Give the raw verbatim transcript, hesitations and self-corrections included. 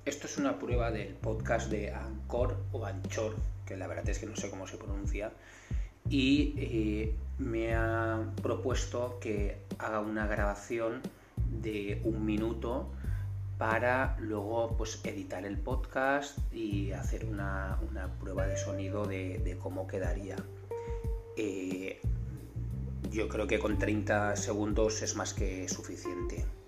Esto es una prueba del podcast de Anchor o Anchor, que la verdad es que no sé cómo se pronuncia, y eh, me ha propuesto que haga una grabación de un minuto para luego pues editar el podcast y hacer una, una prueba de sonido de, de cómo quedaría. Eh, yo creo que con treinta segundos es más que suficiente.